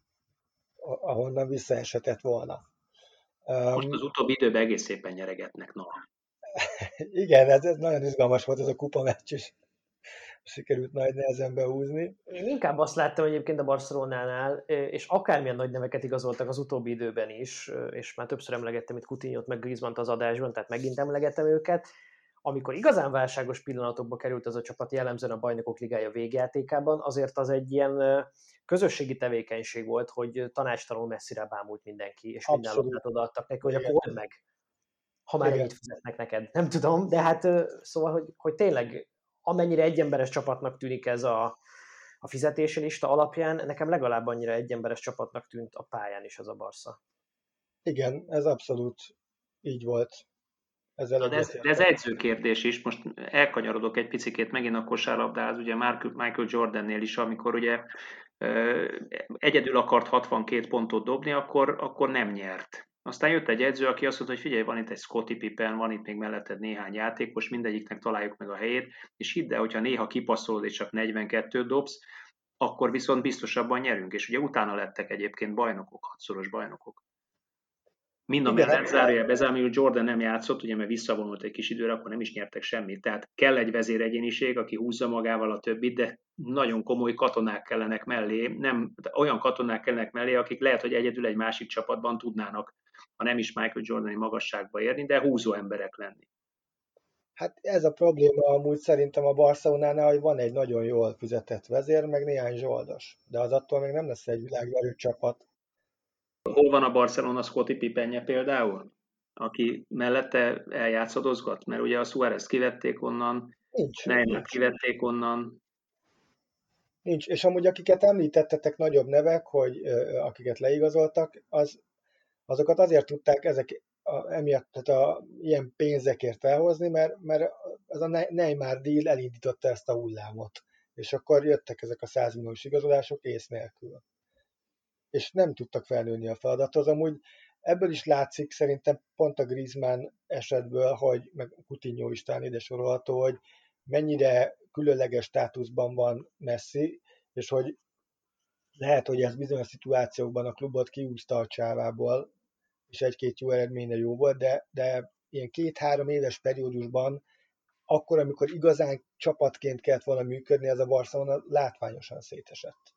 S3: ahonnan visszaeshetett volna.
S2: Most az utóbbi időben egész szépen nyeregetnek. No.
S3: Igen, ez nagyon izgalmas volt ez a kupa meccs is. Sikerült nagy nehezen behúzni.
S1: Én inkább azt láttam egyébként a Barcelonánál, és akármilyen nagy neveket igazoltak az utóbbi időben is, és már többször emlegettem itt Coutinho-t meg Griezmann-t az adásban, tehát megint emlegettem őket, amikor igazán válságos pillanatokba került ez a csapat, jellemzően a Bajnokok Ligája végjátékában, azért az egy ilyen közösségi tevékenység volt, hogy tanácstalanul messzire bámult mindenki, és minden labdát odaadtak neki, hogy akkor old meg, ha már ennyit fizetnek neked. Nem tudom, de hát szóval, hogy tényleg amennyire egyemberes csapatnak tűnik ez a fizetési lista alapján, nekem legalább annyira egyemberes csapatnak tűnt a pályán is ez a Barca.
S3: Igen, ez abszolút így volt.
S2: De ez edzőkérdés is, most elkanyarodok egy picikét megint a kosárlabdához, ugye Michael Jordannél is, amikor ugye egyedül akart 62 pontot dobni, akkor nem nyert. Aztán jött egy edző, aki azt mondta, hogy figyelj, van itt egy Scottie Pippen, van itt még melletted néhány játékos, mindegyiknek találjuk meg a helyét, és hidd el, hogyha néha kipasszolod és csak 42-t dobsz, akkor viszont biztosabban nyerünk. És ugye utána lettek egyébként bajnokok, 6-szoros bajnokok. Mind a mellett zárójelben Jordan nem játszott, ugye mert visszavonult egy kis időre, akkor nem is nyertek semmit. Tehát kell egy vezéregyéniség, aki húzza magával a többit, de nagyon komoly katonák kellenek mellé, olyan katonák kellenek mellé, akik lehet, hogy egyedül egy másik csapatban tudnának, ha nem is Michael Jordani magasságba érni, de húzó emberek lenni.
S3: Hát ez a probléma amúgy szerintem a Barcelonánál, hogy van egy nagyon jól fizetett vezér, meg néhány zsoldos. De az attól még nem lesz egy világverő csapat.
S2: Hol van a Barcelona Scottie Pippenje például? Aki mellette eljátszadozgat? Mert ugye a Suárez kivették onnan, Neymart kivették onnan.
S3: Nincs, és amúgy akiket említettetek nagyobb nevek, hogy akiket leigazoltak, az azokat azért tudták emiatt, tehát ilyen pénzekért elhozni, mert ez a Neymar deal elindította ezt a hullámot. És akkor jöttek ezek a 100 milliós igazolások ész nélkül. És nem tudtak felnőni a feladathoz. Amúgy ebből is látszik szerintem pont a Griezmann esetből, hogy meg Coutinho is talán ide sorolható, hogy mennyire különleges státuszban van Messi, és hogy lehet, hogy ez bizonyos szituációkban a klubot kiúzta a csávából, és egy-két jó eredménye jó volt, de ilyen 2-3 éves periódusban, akkor, amikor igazán csapatként kellett volna működni, ez a Barcelona látványosan szétesett.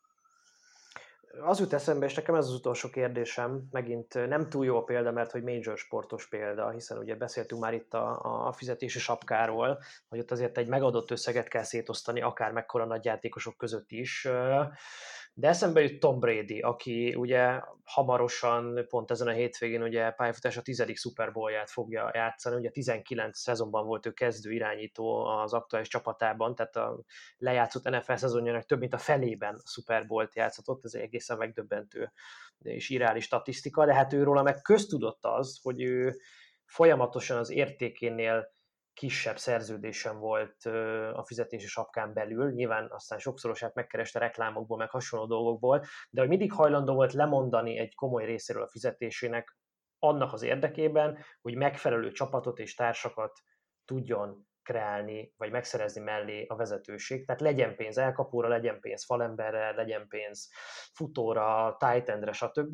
S1: Az jut eszembe, és nekem ez az utolsó kérdésem, megint nem túl jó a példa, mert hogy major sportos példa, hiszen ugye beszéltünk már itt a fizetési sapkáról, hogy ott azért egy megadott összeget kell szétosztani, akár mekkora nagy játékosok között is. De eszembe jut Tom Brady, aki ugye hamarosan, pont ezen a hétvégén ugye pályafutása 10. Super Bowl-ját fogja játszani, ugye 19 szezonban volt ő kezdő irányító az aktuális csapatában, tehát a lejátszott NFL szezonjának több mint a felében Super Bowl-t játszhatott, ez egy egészen megdöbbentő és irreális statisztika, de hát őróla meg köztudott az, hogy ő folyamatosan az értékénél kisebb szerződésen volt a fizetési sapkán belül, nyilván aztán sokszorosát megkereste reklámokból, meg hasonló dolgokból, de hogy mindig hajlandó volt lemondani egy komoly részéről a fizetésének annak az érdekében, hogy megfelelő csapatot és társakat tudjon kreálni, vagy megszerezni mellé a vezetőség. Tehát legyen pénz elkapóra, legyen pénz falemberre, legyen pénz futóra, tight endre, stb.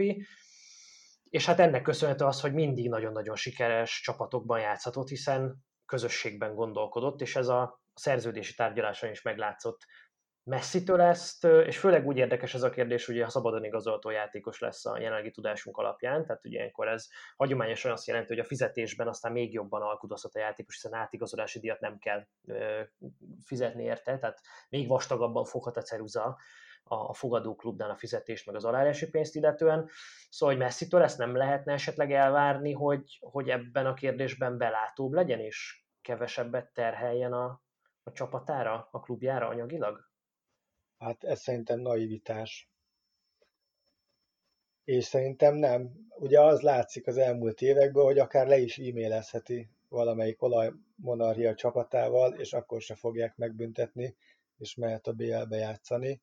S1: És hát ennek köszönhető az, hogy mindig nagyon-nagyon sikeres csapatokban játszhatott, hiszen közösségben gondolkodott, és ez a szerződési tárgyaláson is meglátszott. Messzitől ezt, és főleg úgy érdekes ez a kérdés, hogy a szabadon igazolható játékos lesz a jelenlegi tudásunk alapján, tehát ugye ilyenkor ez hagyományosan azt jelenti, hogy a fizetésben aztán még jobban alkudozhat a játékos, hiszen átigazolási díjat nem kell fizetni érte, tehát még vastagabban foghat a ceruza a fogadóklubnál a fizetést, meg az aláírási pénzt illetően. Szóval, hogy Messzitől ezt nem lehetne esetleg elvárni, hogy ebben a kérdésben belátóbb legyen, és kevesebbet terheljen a csapatára, a klubjára anyagilag?
S3: Hát ez szerintem naivitás. És szerintem nem. Ugye az látszik az elmúlt évekből, hogy akár le is e-mailezheti valamelyik olajmonarchia csapatával, és akkor se fogják megbüntetni, és mehet a BL-be játszani.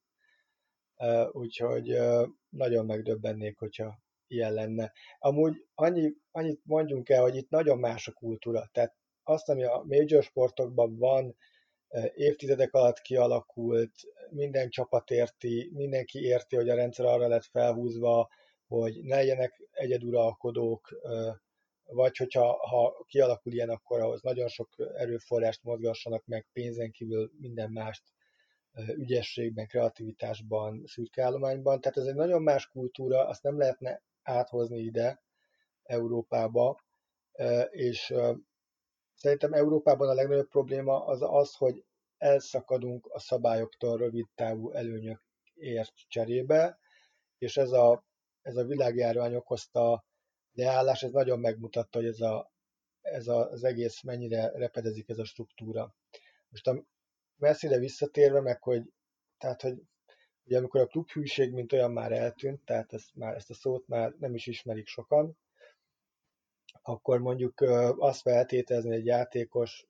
S3: Úgyhogy nagyon megdöbbennék, hogyha ilyen lenne. Amúgy annyit mondjunk el, hogy itt nagyon más a kultúra. Tehát azt, ami a major sportokban van, évtizedek alatt kialakult, minden csapat érti, mindenki érti, hogy a rendszer arra lett felhúzva, hogy ne legyenek egyeduralkodók, vagy hogyha kialakul ilyen, akkor ahhoz nagyon sok erőforrást mozgassanak meg, pénzen kívül minden mást, ügyességben, kreativitásban, szürkeállományban. Tehát ez egy nagyon más kultúra, azt nem lehetne áthozni ide, Európába, és szerintem Európában a legnagyobb probléma az az, hogy elszakadunk a szabályoktól rövid távú előnyökért cserébe, és ez a világjárvány okozta leállás, ez nagyon megmutatta, hogy az egész mennyire repedezik ez a struktúra. Most a messzire visszatérve, tehát hogy ugye amikor a klubhűség mint olyan már eltűnt, tehát ezt a szót már nem is ismerik sokan, akkor mondjuk azt feltételezni egy játékos,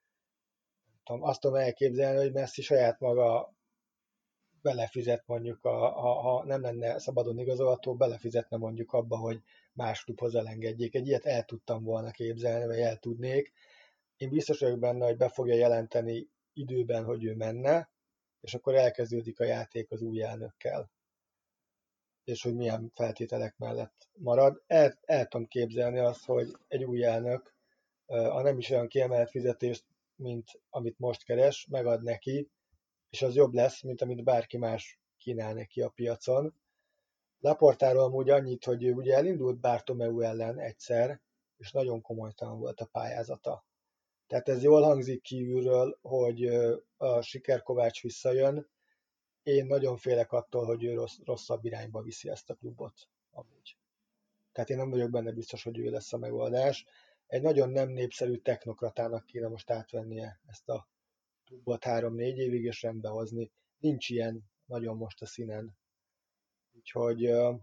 S3: azt tudom elképzelni, hogy Messi saját maga belefizet mondjuk, ha nem lenne szabadon igazolható, belefizetne mondjuk abba, hogy más klubhoz elengedjék. Egy ilyet el tudtam volna képzelni, vagy el tudnék. Én biztos vagyok benne, hogy be fogja jelenteni időben, hogy ő menne, és akkor elkezdődik a játék az új elnökkel. És hogy milyen feltételek mellett marad. El tudom képzelni azt, hogy egy új elnök, a nem is olyan kiemelt fizetést, mint amit most keres, megad neki, és az jobb lesz, mint amit bárki más kínál neki a piacon. Laportáról amúgy annyit, hogy ő ugye elindult Bartomeu ellen egyszer, és nagyon komolytalan volt a pályázata. Tehát ez jól hangzik kívülről, hogy a sikerkovács visszajön. Én nagyon félek attól, hogy ő rosszabb irányba viszi ezt a klubot. Amúgy. Tehát én nem vagyok benne biztos, hogy ő lesz a megoldás. Egy nagyon nem népszerű technokratának kéne most átvennie ezt a klubot 3-4 évig, és rendbehozni. Nincs ilyen nagyon most a színen. Úgyhogy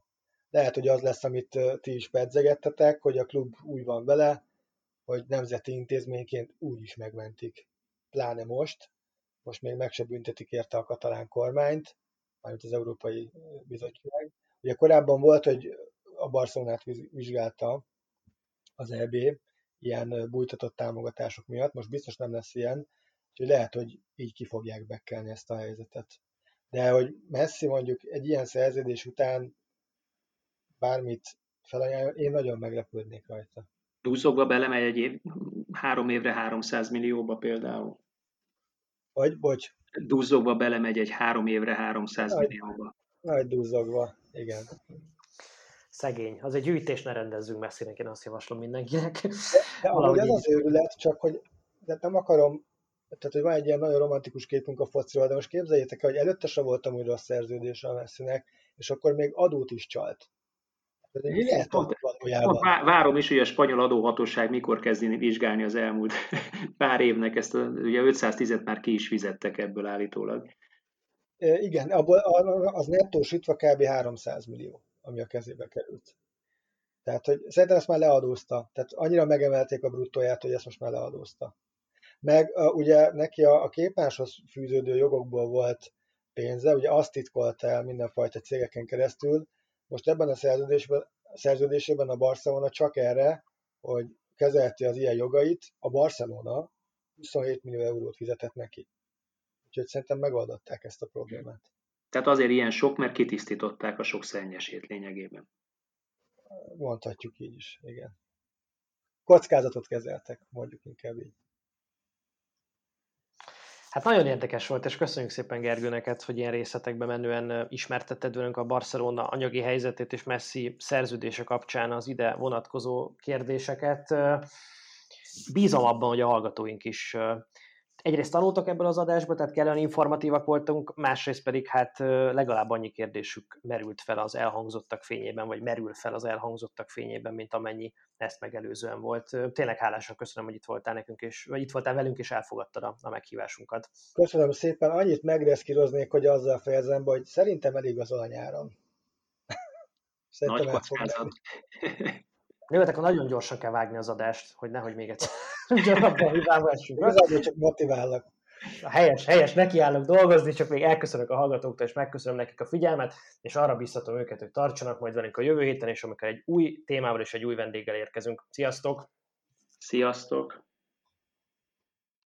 S3: Lehet, hogy az lesz, amit ti is pedzegettetek, hogy a klub úgy van vele, hogy nemzeti intézményként úgy is megmentik. Pláne most. Most még meg se büntetik érte a katalán kormányt, mármint az Európai Bizottság. Ugye korábban volt, hogy a Barcelonát vizsgálta az EB ilyen bújtatott támogatások miatt, most biztos nem lesz ilyen, úgyhogy lehet, hogy így ki fogják bekkelni ezt a helyzetet. De hogy Messi mondjuk egy ilyen szerződés után bármit felajánl, én nagyon meglepődnék rajta.
S2: Dúszogva belemegy egy 3 évre 300 millióba például.
S3: Vagy, bocs.
S2: Dúzzogva belemegy egy 3 évre 300 millióba.
S3: Nagy dúzzogva, igen.
S1: Szegény. Az egy gyűjtés ne rendezzünk Messinek, én azt javaslom mindenkinek.
S3: De amúgy az az őrület, csak hogy de nem akarom, tehát hogy van egy ilyen nagyon romantikus képünk a fociról, de most képzeljétek el, hogy előtte se voltam úgy rossz szerződése a Messinek, és akkor még adót is csalt. Mi lehet valójában?
S2: Várom is, hogy a spanyol adóhatóság mikor kezdeni vizsgálni az elmúlt pár évnek ezt, ugye 510-et már ki is fizettek ebből állítólag.
S3: Igen, abból az nettósítva kb. 300 millió, ami a kezébe került. Tehát, hogy szerintem ezt már leadózta. Tehát annyira megemelték a bruttóját, hogy ezt most már leadózta. Meg ugye neki a képmáshoz fűződő jogokból volt pénze, ugye azt titkolta el mindenfajta cégeken keresztül. Most ebben a szerződésében a Barcelona csak erre, hogy kezelti az ilyen jogait, a Barcelona 27 millió eurót fizetett neki. Úgyhogy szerintem megoldották ezt a problémát.
S2: Tehát azért ilyen sok, mert kitisztították a sok szennyesét lényegében.
S3: Mondhatjuk így is, igen. Kockázatot kezeltek, mondjuk inkább így.
S1: Hát nagyon érdekes volt, és köszönjük szépen Gergő neked, hogy ilyen részletekbe menően ismertetted velünk a Barcelona anyagi helyzetét és Messi szerződése kapcsán az ide vonatkozó kérdéseket. Bízom abban, hogy a hallgatóink is egyrészt tanultak ebből az adásból, tehát kellően informatívak voltunk, másrészt pedig hát legalább annyi kérdésük merült fel az elhangzottak fényében, vagy merül fel az elhangzottak fényében, mint amennyi ezt megelőzően volt. Tényleg hálásan köszönöm, hogy itt voltál nekünk, vagy itt voltál velünk, és elfogadtad a meghívásunkat.
S3: Köszönöm szépen, annyit megreszkíroznék, hogy azzal fejezem be, hogy szerintem eligazol a nyáron.
S2: Nagy kockázat.
S1: Jó, akkor nagyon gyorsan kell vágni az adást, hogy nehogy még egyszer gyorabban hibába essünk.
S3: Igazából csak motivállak.
S1: Helyes, nekiállok dolgozni, csak még elköszönök a hallgatóktól, és megköszönöm nekik a figyelmet, és arra biztatom őket, hogy tartsanak majd velünk a jövő héten, és amikor egy új témával és egy új vendéggel érkezünk. Sziasztok!
S2: Sziasztok!